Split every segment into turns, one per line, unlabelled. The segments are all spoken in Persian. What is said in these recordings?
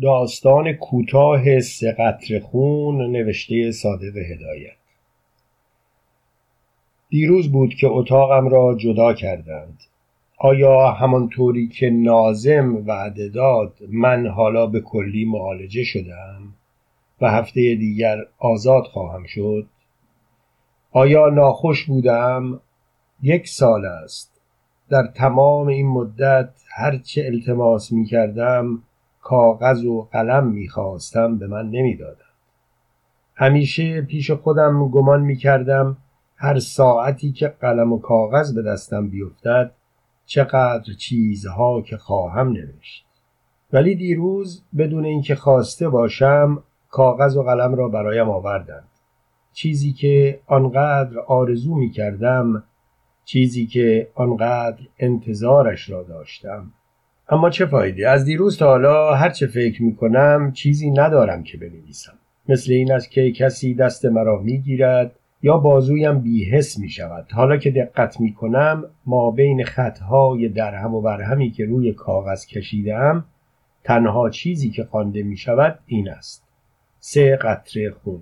داستان کوتاه 3 قطره خون نوشته صادق هدایت. دیروز بود که اتاقم را جدا کردند. آیا همانطوری که ناظم وعده داد من حالا به کلی معالجه شدم و هفته دیگر آزاد خواهم شد؟ آیا ناخوش بودم؟ 1 سال است. در تمام این مدت هرچه التماس می کردم، کاغذ و قلم می خواستم، به من نمی دادند. همیشه پیش خودم گمان می کردم هر ساعتی که قلم و کاغذ به دستم بیفتد چقدر چیزها که خواهم نوشت. ولی دیروز بدون اینکه خواسته باشم کاغذ و قلم را برایم آوردند. چیزی که آنقدر آرزو می کردم، چیزی که آنقدر انتظارش را داشتم. اما چه فایده؟ از دیروز تا حالا هر چه فکر می کنم چیزی ندارم که بنویسم. مثل این است که کسی دست مرا می گیرد یا بازویم بی‌حس می شود. حالا که دقت می کنم ما بین خطهای درهم و برهمی که روی کاغذ کشیدم تنها چیزی که خوانده می شود این است: 3 قطره خون.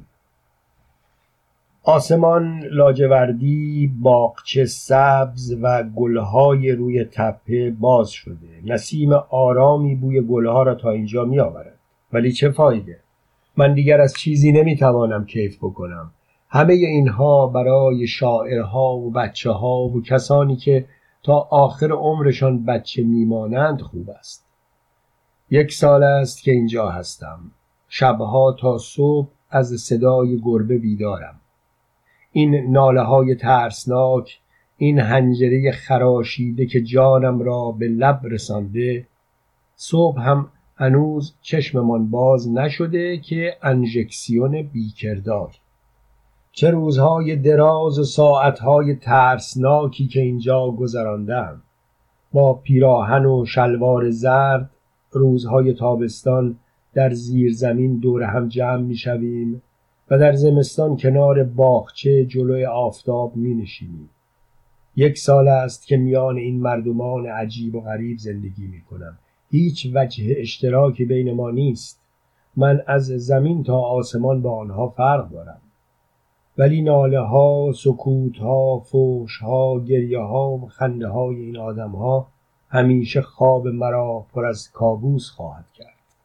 آسمان لاجوردی، باغچه سبز و گلهای روی تپه باز شده. نسیم آرامی بوی گلها را تا اینجا می آورد. ولی چه فایده؟ من دیگر از چیزی نمی توانم کیف بکنم. همه اینها برای شاعرها و بچه ها و کسانی که تا آخر عمرشان بچه میمانند خوب است. 1 سال است که اینجا هستم. شبها تا صبح از صدای گربه بیدارم. این ناله های ترسناک، این حنجره خراشیده که جانم را به لب رسانده. صبح هم هنوز چشممان باز نشده که انژکسیون بیکردار. چه روزهای دراز و ساعتهای ترسناکی که اینجا گذراندم. با پیراهن و شلوار زرد روزهای تابستان در زیر زمین دور هم جمع می شویم و در زمستان کنار باغچه جلوی آفتاب می نشینیم. 1 سال است که میان این مردمان عجیب و غریب زندگی می کنم. هیچ وجه اشتراکی بین ما نیست. من از زمین تا آسمان با آنها فرق دارم. ولی ناله ها، سکوت ها، فحش ها، گریه ها و خنده های این آدم ها همیشه خواب مرا پر از کابوس خواهد کرد.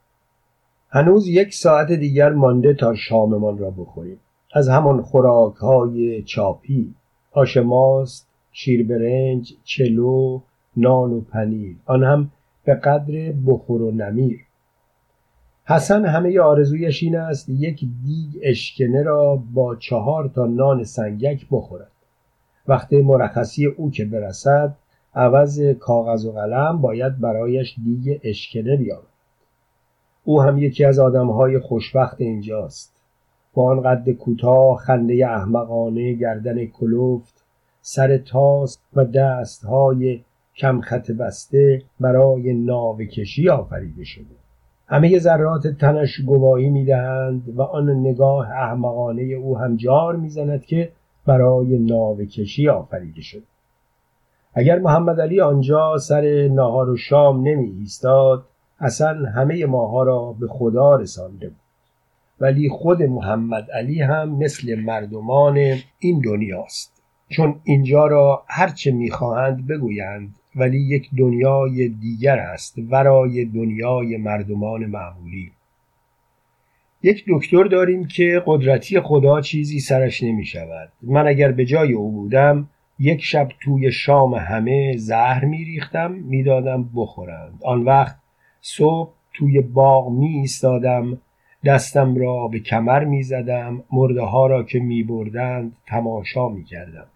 هنوز 1 ساعت دیگر مانده تا شاممان را بخوریم. از همان خوراک های چاپی، آش ماست، شیر برنج، چلو، نان و پنیر، آن هم به قدر بخور و نمیر. حسن همه آرزویش این است 1 دیگ اشکنه را با 4 تا نان سنگک بخورد. وقت مرخصی او که برسد عوض کاغذ و قلم باید برایش دیگ اشکنه بیاورد. او هم یکی از آدمهای خوشبخت اینجاست. با آن قد کوتاه، خنده احمقانه، گردن کلفت، سر تاس و دستهای کم خط بسته برای ناوه کشی آفریده شده. همه ذرات تنش گواهی می‌دهند و آن نگاه احمقانه او هم جار می‌زند که برای ناوه کشی آفریده شده. اگر محمد علی آنجا سر نهار و شام نمی ایستاد، اصلا همه ماها را به خدا رسانده بود. ولی خود محمد علی هم مثل مردمان این دنیاست. چون اینجا را هرچه می‌خواهند بگویند، ولی یک دنیای دیگر است ورای دنیای مردمان معمولی. یک دکتر داریم که قدرتی خدا چیزی سرش نمی شود. من اگر به جای او بودم 1 شب توی شام همه زهر می ریختم، می دادم بخورند. آن وقت صبح توی باغ می ایستادم، دستم را به کمر می زدم، مرده ها را که می بردند تماشا می کردم.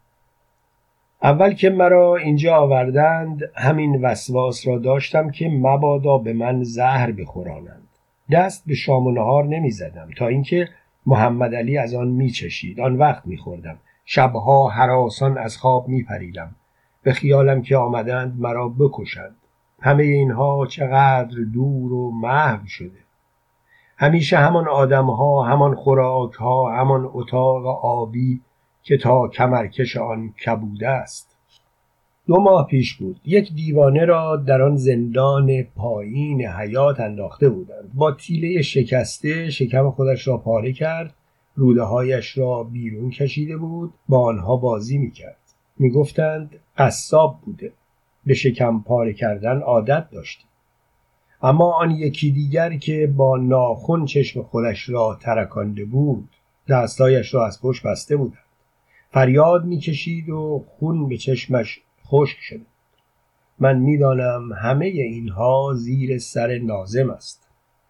اول که مرا اینجا آوردند همین وسواس را داشتم که مبادا به من زهر بخورانند. دست به شام و نهار نمی زدم تا اینکه محمد علی از آن می چشید. آن وقت می خوردم. شبها هراسان از خواب می پریدم. به خیالم که آمدند مرا بکشند. همه اینها چقدر دور و محو شده. همیشه همان آدمها، همان خوراکها، همان اتاق آبی که تا کمرکش آن کبوده است. 2 ماه پیش بود. یک دیوانه را در آن زندان پایین حیات انداخته بودند. با تیله شکسته شکم خودش را پاره کرد، روده هایش را بیرون کشیده بود، با آنها بازی میکرد. میگفتند قصاب بوده، به شکم پاره کردن عادت داشتی. اما آن یکی دیگر که با ناخن چشم خودش را ترکانده بود، دستایش را از پشت بسته بودند. فریاد میکشید و خون به چشمش خشک شده. من میدانم همه اینها زیر سر ناظم است.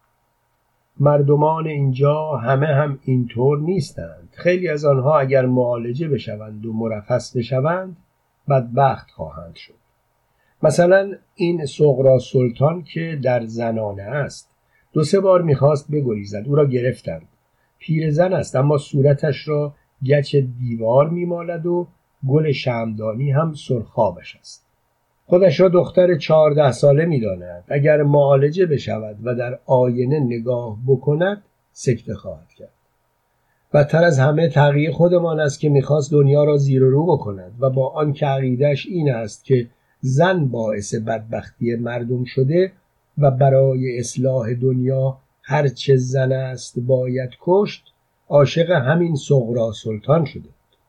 مردمان اینجا همه هم اینطور نیستند. خیلی از آنها اگر معالجه بشوند و مرخص بشوند بدبخت خواهند شد. مثلا این سغرا سلطان که در زنانه است 2-3 بار میخواست بگریزد، او را گرفتند. پیرزن است اما صورتش را گچ دیوار میمالد و گل شمعدانی هم سرخابش است. خودش را دختر 14 ساله میداند. اگر معالجه بشود و در آینه نگاه بکند سکته خواهد کرد. بدتر از همه تغییر خودمان است که میخواست دنیا را زیر و رو بکند و با آن که عقیده‌اش این است که زن باعث بدبختی مردم شده و برای اصلاح دنیا هرچه زن است باید کشت، عاشق همین سغرا سلطان شده.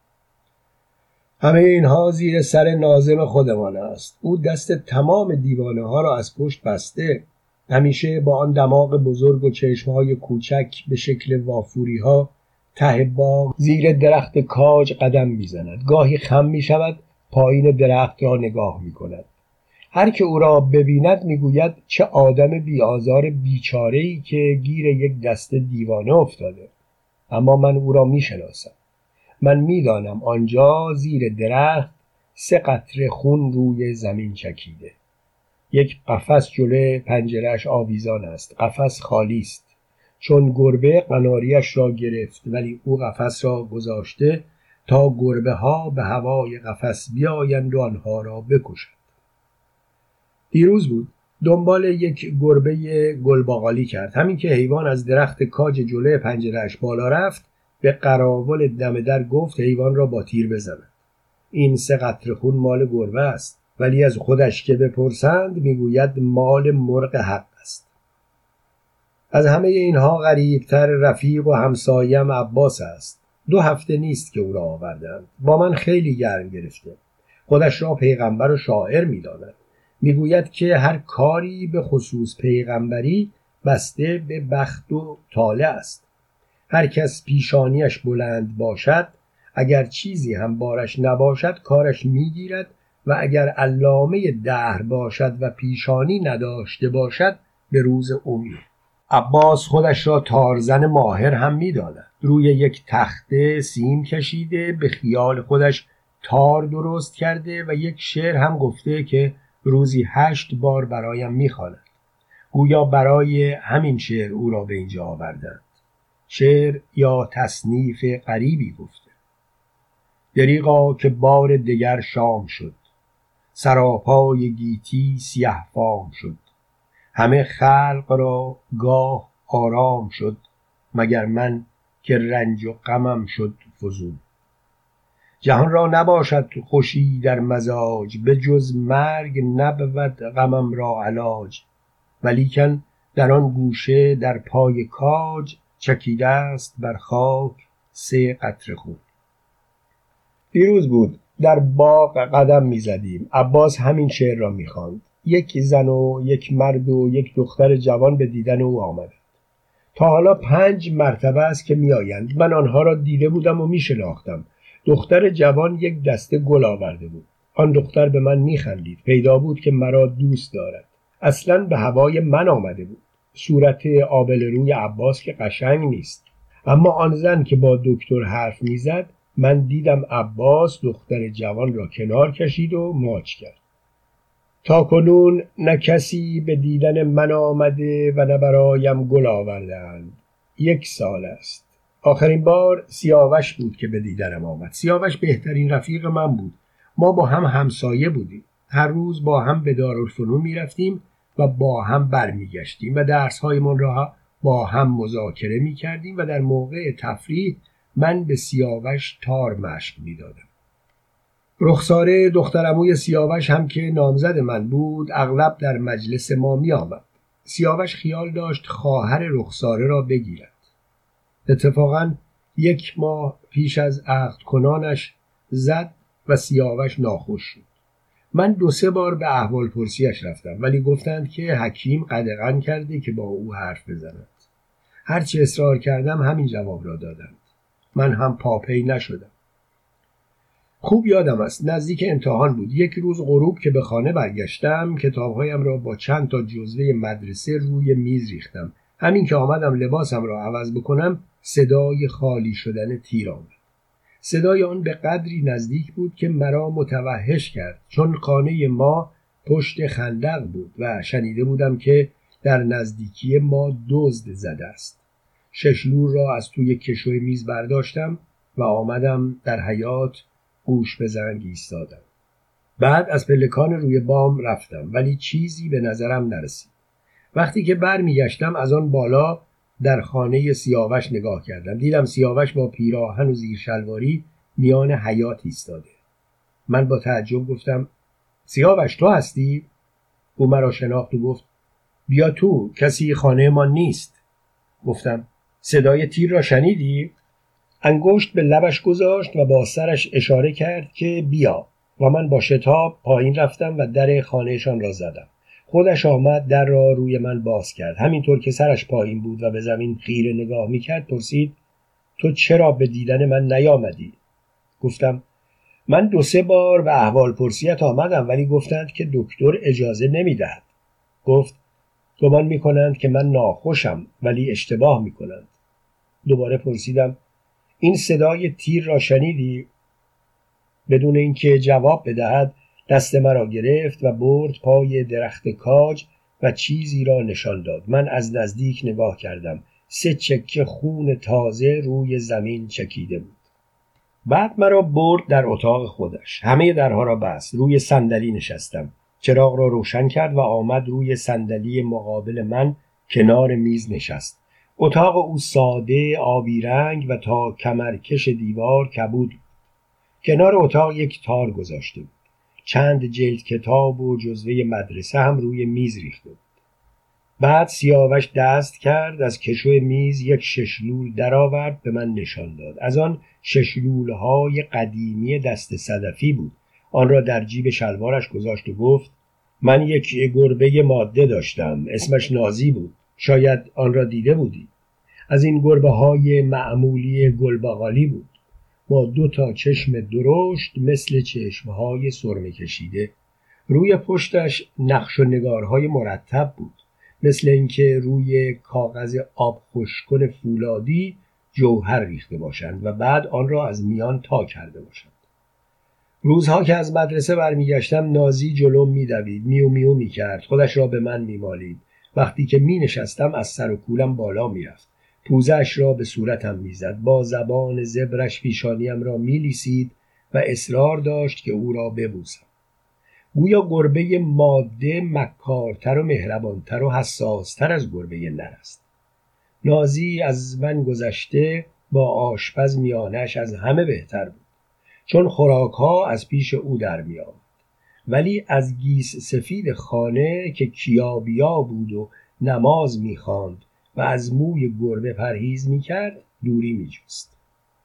همه اینها زیر سر ناظم خودمان است. او دست تمام دیوانه ها را از پشت بسته. همیشه با آن دماغ بزرگ و چشمهای کوچک به شکل وافوری ها ته باغ زیر درخت کاج قدم میزند. گاهی خم می شود، پایین درخت را نگاه می کند. هر که او را ببیند میگوید چه آدم بی‌آزار بیچاره‌ای که گیر یک دست دیوانه افتاده. اما من او را میشناسم. من میدانم آنجا زیر درخت 3 قطره خون روی زمین چکیده. یک قفس جلوی پنجره‌اش آویزان است. قفس خالی است. چون گربه قناریش را گرفت ولی او قفس را گذاشته تا گربه ها به هوای قفس بیایند و آنها را بکشند. دیروز بود. دنبال یک گربه گلباقالی کرد. همین که حیوان از درخت کاج جلوی پنجره‌اش بالا رفت به قراول دم در گفت حیوان را با تیر بزند. این 3 قطره خون مال گربه است، ولی از خودش که بپرسند میگوید مال مرغ حق است. از همه اینها غریبتر رفیق و همسایم عباس است. 2 هفته نیست که او را آوردند. با من خیلی گرم گرفته. خودش را پیغمبر و شاعر میداند. میگوید که هر کاری به خصوص پیغمبری بسته به بخت و طالع است. هر کس پیشانیش بلند باشد، اگر چیزی هم بارش نباشد کارش میگیرد و اگر علامه دهر باشد و پیشانی نداشته باشد به روز امید. عباس خودش را تارزن ماهر هم میداند. روی یک تخته سیم کشیده، به خیال خودش تار درست کرده و یک شعر هم گفته که روزی 8 بار برایم میخواند. گویا برای همین شعر او را به اینجا آوردند. شعر یا تصنیف غریبی گفته. دریغا که بار دگر شام شد، سراپای گیتی سیه فام شد. همه خلق را گاه آرام شد، مگر من که رنج و غمم شد فزون. جهان را نباشد خوشی در مزاج، به جز مرگ نبود غمم را علاج. ولیکن در آن گوشه در پای کاج، چکیده است بر خاک 3 قطره خون. دیروز بود. در باغ قدم میزدیم. عباس همین شعر را میخواند. یک زن و یک مرد و یک دختر جوان به دیدن او آمدند. تا حالا 5 مرتبه است که میآیند. من آنها را دیده بودم و میشناختم. دختر جوان یک دسته گل آورده بود. آن دختر به من میخندید. پیدا بود که مرا دوست دارد. اصلاً به هوای من آمده بود. صورت آبله روی عباس که قشنگ نیست. اما آن زن که با دکتر حرف میزد، من دیدم عباس دختر جوان را کنار کشید و ماچ کرد. تا کنون نه کسی به دیدن من آمده و نه برایم گل آوردند. 1 سال است. آخرین بار سیاوش بود که به دیدنم آمد. سیاوش بهترین رفیق من بود. ما با هم همسایه بودیم. هر روز با هم به دارالفنون می رفتیم و با هم برمیگشتیم و درس‌هایمان را با هم مذاکره می کردیم و در موقع تفریح من به سیاوش تار مشق می دادم. رخساره دخترعموی سیاوش هم که نامزد من بود اغلب در مجلس ما می آمد. سیاوش خیال داشت خواهر رخساره را بگیرد. اتفاقاً 1 ماه پیش از عقد کنانش زد و سیاوش ناخوش شد. من 2-3 بار به احوال پرسیش رفتم ولی گفتند که حکیم قدغن کرده که با او حرف بزند. هرچی اصرار کردم همین جواب را دادند. من هم پاپی نشدم. خوب یادم است نزدیک امتحان بود. یک روز غروب که به خانه برگشتم کتابهایم را با چند تا جزوه مدرسه روی میز ریختم. همین که آمدم لباسم را عوض بکنم صدای خالی شدن تیر آمد. صدای آن به قدری نزدیک بود که مرا متوحش کرد، چون خانه ما پشت خندق بود و شنیده بودم که در نزدیکی ما دزد زده است. 6 لور را از توی کشوی میز برداشتم و آمدم در حیاط گوش به زنگ ایستادم. بعد از پلکان روی بام رفتم ولی چیزی به نظرم نرسید. وقتی که برمیگشتم از آن بالا در خانه سیاوش نگاه کردم. دیدم سیاوش با پیراهن و زیر شلواری میان حیاط ایستاده. من با تعجب گفتم سیاوش تو هستی؟ او مرا شناخت و گفت بیا تو، کسی خانه ما نیست. گفتم صدای تیر را شنیدی؟ انگشت به لبش گذاشت و با سرش اشاره کرد که بیا و من با شتاب پایین رفتم و در خانهشان را زدم. خودش آمد در را روی من باز کرد. همینطور که سرش پایین بود و به زمین خیره نگاه میکرد پرسید تو چرا به دیدن من نیامدی؟ گفتم من 2-3 بار به احوال پرسیت آمدم ولی گفتند که دکتر اجازه نمیدهد. گفت گمان میکنند که من ناخوشم ولی اشتباه میکنند. دوباره پرسیدم این صدای تیر را شنیدی؟ بدون اینکه جواب بدهد دست مرا گرفت و برد پای درخت کاج و چیزی را نشان داد. من از نزدیک نگاه کردم. 3 چکه خون تازه روی زمین چکیده بود. بعد مرا برد در اتاق خودش. همه درها را بست. روی صندلی نشستم. چراغ را روشن کرد و آمد روی صندلی مقابل من کنار میز نشست. اتاق او ساده، آبی رنگ و تا کمرکش دیوار کبود بود. کنار اتاق یک تار گذاشته بود. چند جلد کتاب و جزوه مدرسه هم روی میز ریخته بود. بعد سیاوش دست کرد از کشو میز 1 ششلول درآورد به من نشان داد. از آن ششلول‌های قدیمی دست صدفی بود. آن را در جیب شلوارش گذاشت و گفت من یک گربه ماده داشتم، اسمش نازی بود، شاید آن را دیده بودی. از این گربه‌های معمولی گلبغالی بود، با 2 تا چشم درشت مثل چشمهای سرمه کشیده. روی پشتش نقش و نگارهای مرتب بود، مثل اینکه روی کاغذ آب خشک‌کن فولادی جوهر ریخته باشند و بعد آن را از میان تا کرده باشند. روزها که از مدرسه برمیگشتم نازی جلوم میدوید، میو میو میکرد، خودش را به من میمالید. وقتی که مینشستم از سر و کولم بالا میرفت، پوزش را به صورتم میزد، با زبان زبرش پیشانیم را میلیسید و اصرار داشت که او را ببوسم. گویا گربه ماده مکارتر و مهربانتر و حساستر از گربه نر است. نازی از من گذشته با آشپز میانش از همه بهتر بود، چون خوراکها از پیش او در می آمد. ولی از گیس سفید خانه که کیابیا بود و نماز می خواند و از موی گربه پرهیز می کرد دوری می جست.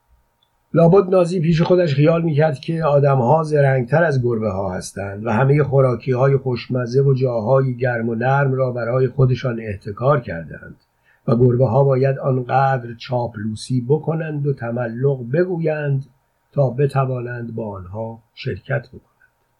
لابد نازی پیش خودش خیال می کرد که آدمها زرنگتر از گربه ها هستند و همه خوراکی های خوشمزه و جاهای گرم و نرم را برای خودشان احتکار کردند و گربه ها باید آنقدر چاپلوسی بکنند و تملق بگویند تا بتوانند با آنها شرکت بکنند.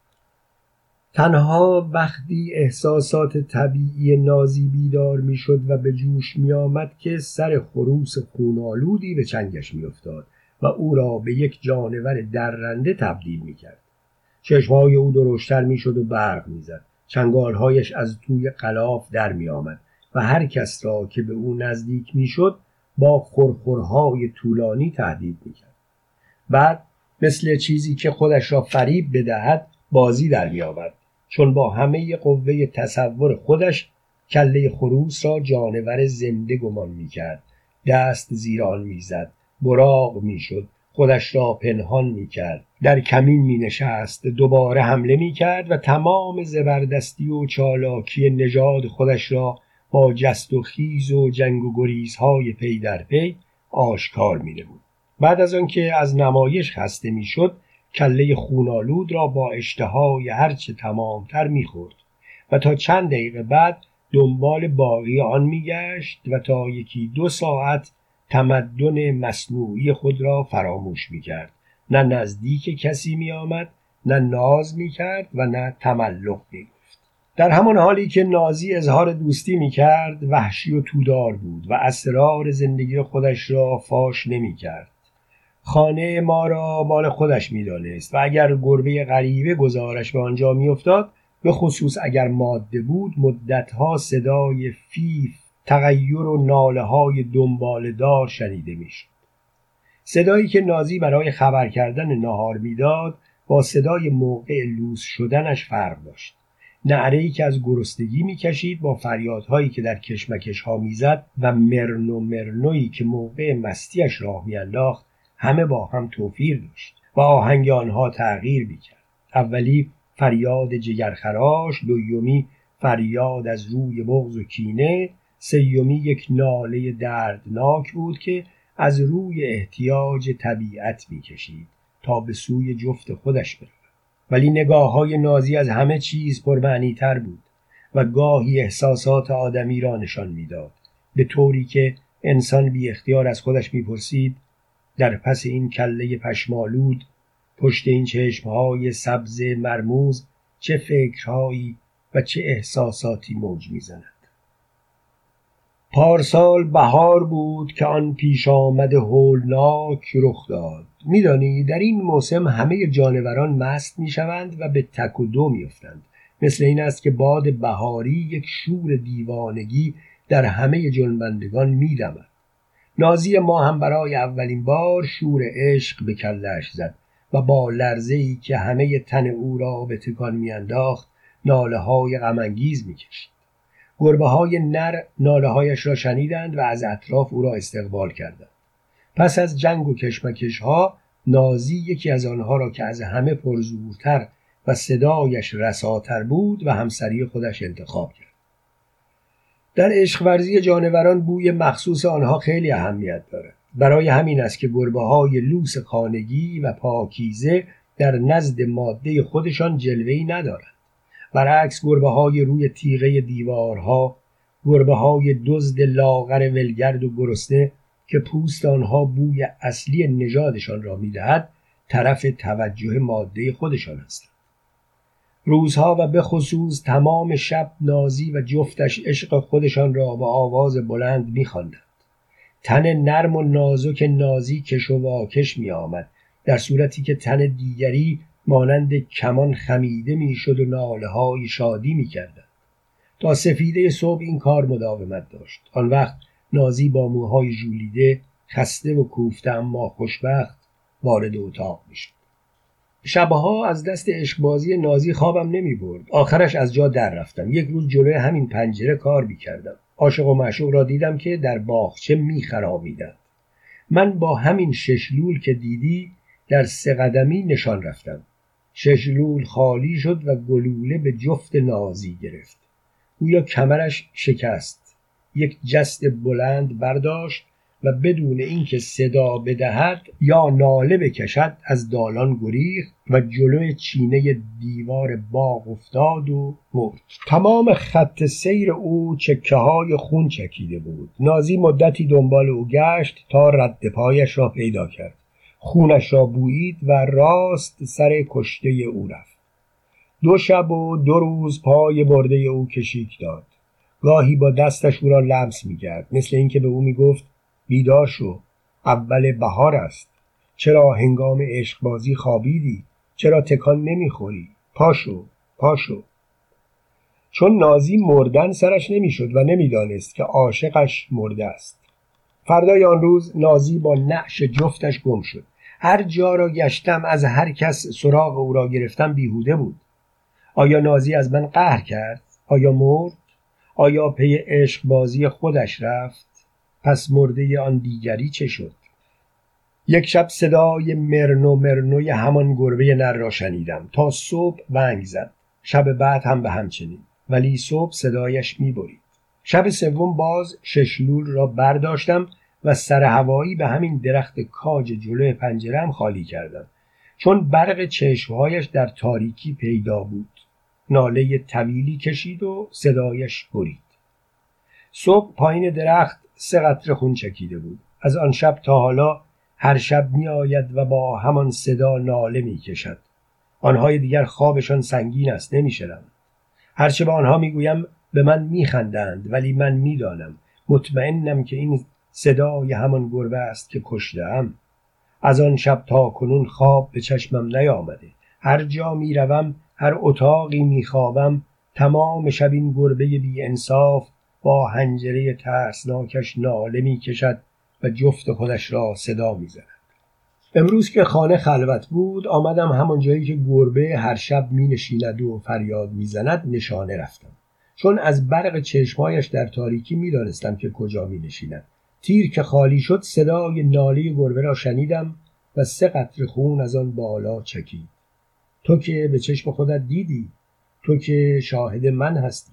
تنها وقتی احساسات طبیعی نازی بیدار میشد و به جوش می آمد که سر خروس خونالودی به چنگش می افتاد و او را به یک جانور درنده تبدیل می کرد. چشمهای او درشتر می شد و برق می زد. چنگالهایش از توی غلاف در می آمد و هر کس را که به او نزدیک می شد با خرخرهای طولانی تهدید می کرد. بعد مثل چیزی که خودش را فریب بدهد بازی در می آورد، چون با همه قوه تصور خودش کله خروس را جانور زنده گمان می کرد. دست زیر آن می زد، براق می شد، خودش را پنهان می‌کرد، در کمین می‌نشست، دوباره حمله می‌کرد و تمام زبردستی و چالاکی نژاد خودش را با جست و خیز و جنگ و گریزهای پی در پی آشکار می‌نمود. بعد از آنکه از نمایش خسته می‌شد، کله خونالود را با اشتهای هرچه تمامتر می‌خورد و تا چند دقیقه بعد دنبال باقی آن می‌گشت و تا 1-2 ساعت تمدن مصنوعی خود را فراموش می‌کرد. نه نزدیک کسی می‌آمد، نه ناز می‌کرد و نه تملق می‌گفت. در همان حالی که نازی اظهار دوستی می‌کرد، وحشی و تودار بود و اسرار زندگی خودش را فاش نمی‌کرد. خانه ما را مال خودش می‌دانست و اگر گربه غریبه گزارش به آنجا می‌افتاد، به خصوص اگر ماده بود، مدتها صدای فیف، تغییر و ناله‌های دنباله‌دار شنیده می‌شد. صدایی که نازی برای خبر کردن ناهار می‌داد با صدای موقع لوس شدنش فرق داشت. نعره‌ای که از گرسنگی می‌کشید با فریادهایی که در کشمکش‌ها می‌زد و مرنو مرنویی که موقع مستیش راه می‌انداخت همه با هم توفیر داشت و آهنگ آنها تغییر می‌کرد. اولی فریاد جگرخراش، دومی فریاد از روی بغض و کینه، سومی یک ناله دردناک بود که از روی احتیاج طبیعت می‌کشید تا به سوی جفت خودش برود. ولی نگاه‌های نازی از همه چیز پرمعنی‌تر بود و گاهی احساسات آدمی را نشان می‌داد، به طوری که انسان بی اختیار از خودش می‌پرسید در پس این کله پشمالود، پشت این چشم‌های سبز مرموز، چه فکرهایی و چه احساساتی موج می‌زند. پارسال بهار بود که آن پیش آمد هولناک رخ داد. می‌دانی در این موسم همه جانوران مست می‌شوند و به تک و دو می‌افتند. مثل این است که باد بهاری یک شور دیوانگی در همه جنبندگان می‌دمد. نازی ما هم برای اولین بار شور عشق به کله‌اش زد و با لرزه‌ای که همه تن او را به تکان می‌انداخت ناله‌های غم‌انگیز می‌کشید. گربه‌های نر ناله‌هایش را شنیدند و از اطراف او را استقبال کردند. پس از جنگ و کشمکش‌ها، نازی یکی از آنها را که از همه پرزورتر و صدایش رساتر بود و همسری خودش انتخاب کرد. در عشق ورزی جانوران بوی مخصوص آنها خیلی اهمیت دارد. برای همین است که گربه‌های لوس خانگی و پاکیزه در نزد ماده خودشان جلوه‌ای ندارند. برعکس گربه‌های روی تیغه دیوارها، گربه‌های دزد لاغر ولگرد و گرسنه که پوست آنها بوی اصلی نژادشان را می‌دهد، طرف توجه ماده خودشان هستند. روزها و به خصوص تمام شب نازی و جفتش عشق خودشان را با آواز بلند می‌خواندند. تن نرم و نازک نازی کش و واکش می‌آمد، در صورتی که تن دیگری مانند کمان خمیده می‌شد و ناله‌های شادی می‌کردند. تا سفیده صبح این کار مداومت داشت. آن وقت نازی با موهای ژولیده، خسته و کوفته اما خوشبخت وارد اتاق می‌شد. شبها از دست عشقبازی نازی خوابم نمی‌برد. آخرش از جا در رفتم. یک روز جلوی همین پنجره کار می‌کردم. عاشق و معشوق را دیدم که در باغچه می‌خرابیدند. من با همین 6 لول که دیدی در 3 قدمی نشان رفتم. 6 لول خالی شد و گلوله به جفت نازی گرفت. گویا کمرش شکست. یک جست بلند برداشت و بدون اینکه صدا بدهد یا ناله بکشد از دالان گریخت و جلوی چینه دیوار باغ افتاد و مرد. تمام خط سیر او چکه‌های خون چکیده بود. نازی مدتی دنبال او گشت تا رد پایش را پیدا کرد. خونش را بویید و راست سر کشته او رفت. 2 شب و 2 روز پای برده او کشیک داد. گاهی با دستش او را لمس می‌کرد، مثل اینکه به او می‌گفت بیدار شو، اول بهار است. چرا هنگام عشقبازی خوابیدی؟ چرا تکان نمی‌خوری؟ پاشو، پاشو. چون نازی مردن سرش نمی‌شد و نمی‌دانست که عاشقش مرده است. فردای آن روز نازی با نعش جفتش گم شد. هر جا را گشتم، از هر کس سراغ او را گرفتم، بیهوده بود. آیا نازی از من قهر کرد؟ آیا مرد؟ آیا پی عشق بازی خودش رفت؟ پس مرده آن دیگری چه شد؟ یک شب صدای مرنو مرنوی همان گربه نر را شنیدم تا صبح ونگ زد. شب بعد هم به همچنین، ولی صبح صدایش می‌برید. شب سوم باز ششلول را برداشتم و سر هوایی به همین درخت کاج جلوی پنجره‌ام خالی کردم، چون برق چشمهایش در تاریکی پیدا بود. ناله طویلی کشید و صدایش برید. صبح پایین درخت 3 قطره خون چکیده بود. از آن شب تا حالا هر شب می آید و با همان صدا ناله می کشد. آنهای دیگر خوابشان سنگین است، نمی شدم. هرچه به آنها می گویم به من می خندند، ولی من می دانم، مطمئنم که این صدای همان گربه است که کشته‌ام. از آن شب تا کنون خواب به چشمم نیامده. هر جا می روم، هر اتاقی می خوابم، تمام شب این گربه بی انصاف با حنجره ترسناکش ناله می کشد و جفت خودش را صدا می زند. امروز که خانه خلوت بود، آمدم همان جایی که گربه هر شب می نشیند و فریاد می زند نشانه رفتم، چون از برق چشمایش در تاریکی می دانستم که کجا می نشیند. تیر که خالی شد صدای ناله گربه را شنیدم و 3 قطره خون از آن بالا چکید. تو که به چشم خودت دیدی، تو که شاهد من هستی.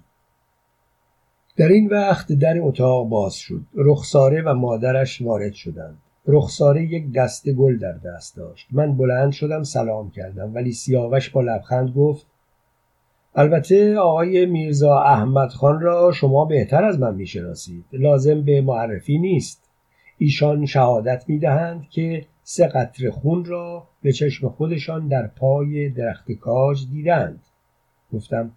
در این وقت در اتاق باز شد. رخساره و مادرش وارد شدند. رخساره یک دسته گل در دست داشت. من بلند شدم سلام کردم، ولی سیاوش با لبخند گفت: البته آقای میرزا احمد خان را شما بهتر از من میشناسید، لازم به معرفی نیست. ایشان شهادت میدهند که 3 قطره خون را به چشم خودشان در پای درخت کاج دیدند. گفتم: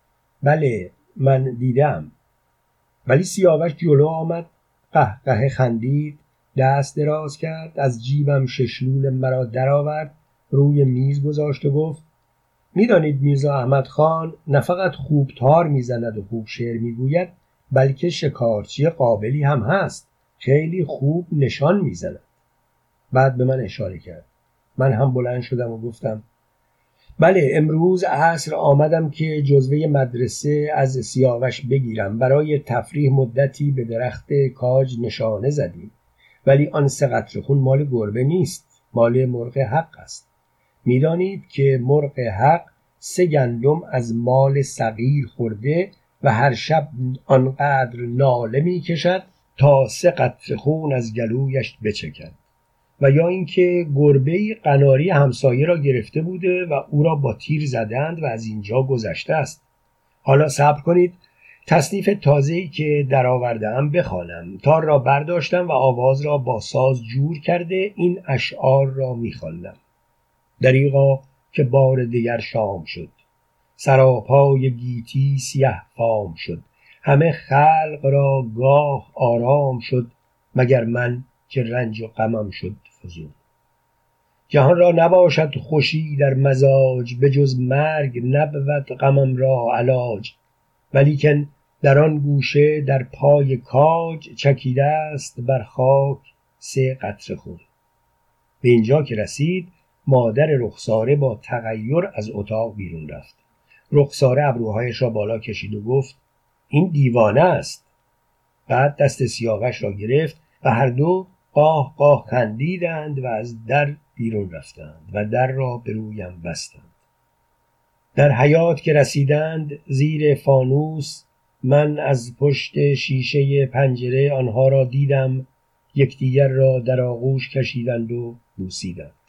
بله من دیدم. ولی سیاوش جلو آمد، قهقه خندید، دست دراز کرد، از جیبم ششلول مرا درآورد، روی میز گذاشت و گفت: میدانید میرزا احمد خان نه فقط خوب تار میزند و خوب شعر میگوید، بلکه شکارچی قابلی هم هست. خیلی خوب نشان میزند. بعد به من اشاره کرد. من هم بلند شدم و گفتم: بله امروز عصر آمدم که جزوه مدرسه از سیاوش بگیرم. برای تفریح مدتی به درخت کاج نشانه زدیم، ولی آن 3 قطره خون مال گربه نیست، مال مرغ حق است. میدانید که مرغ حق 3 گندم از مال صغیر خورده و هر شب آنقدر ناله می کشد تا 3 قطره خون از گلویش بچکد. و یا اینکه گربه‌ای قناری همسایه را گرفته بوده و او را با تیر زدند و از اینجا گذشته است. حالا صبر کنید، تصنیف تازه‌ای که درآورده‌ام بخوانم. تار را برداشتم و آواز را با ساز جور کرده این اشعار را می‌خواندم: دریغا که بار دیگر شام شد، سراپای گیتی سیه فام شد، همه خلق را گاه آرام شد، مگر من که رنج و غمم شد فزون. جهان را نباشد خوشی در مزاج، به جز مرگ نبود غمم را علاج. ولیکن در آن گوشه در پای کاج، چکیده است بر خاک 3 قطره خون. به اینجا که رسید، مادر رخساره با تغییر از اتاق بیرون رفت. رخساره ابروهایش را بالا کشید و گفت: این دیوانه است. بعد دست سیاوش را گرفت و هر دو قاه قاه خندیدند و از در بیرون رفتند و در را به رویم بستند. در حیاط که رسیدند، زیر فانوس، من از پشت شیشه پنجره آنها را دیدم، یکدیگر را در آغوش کشیدند و بوسیدند.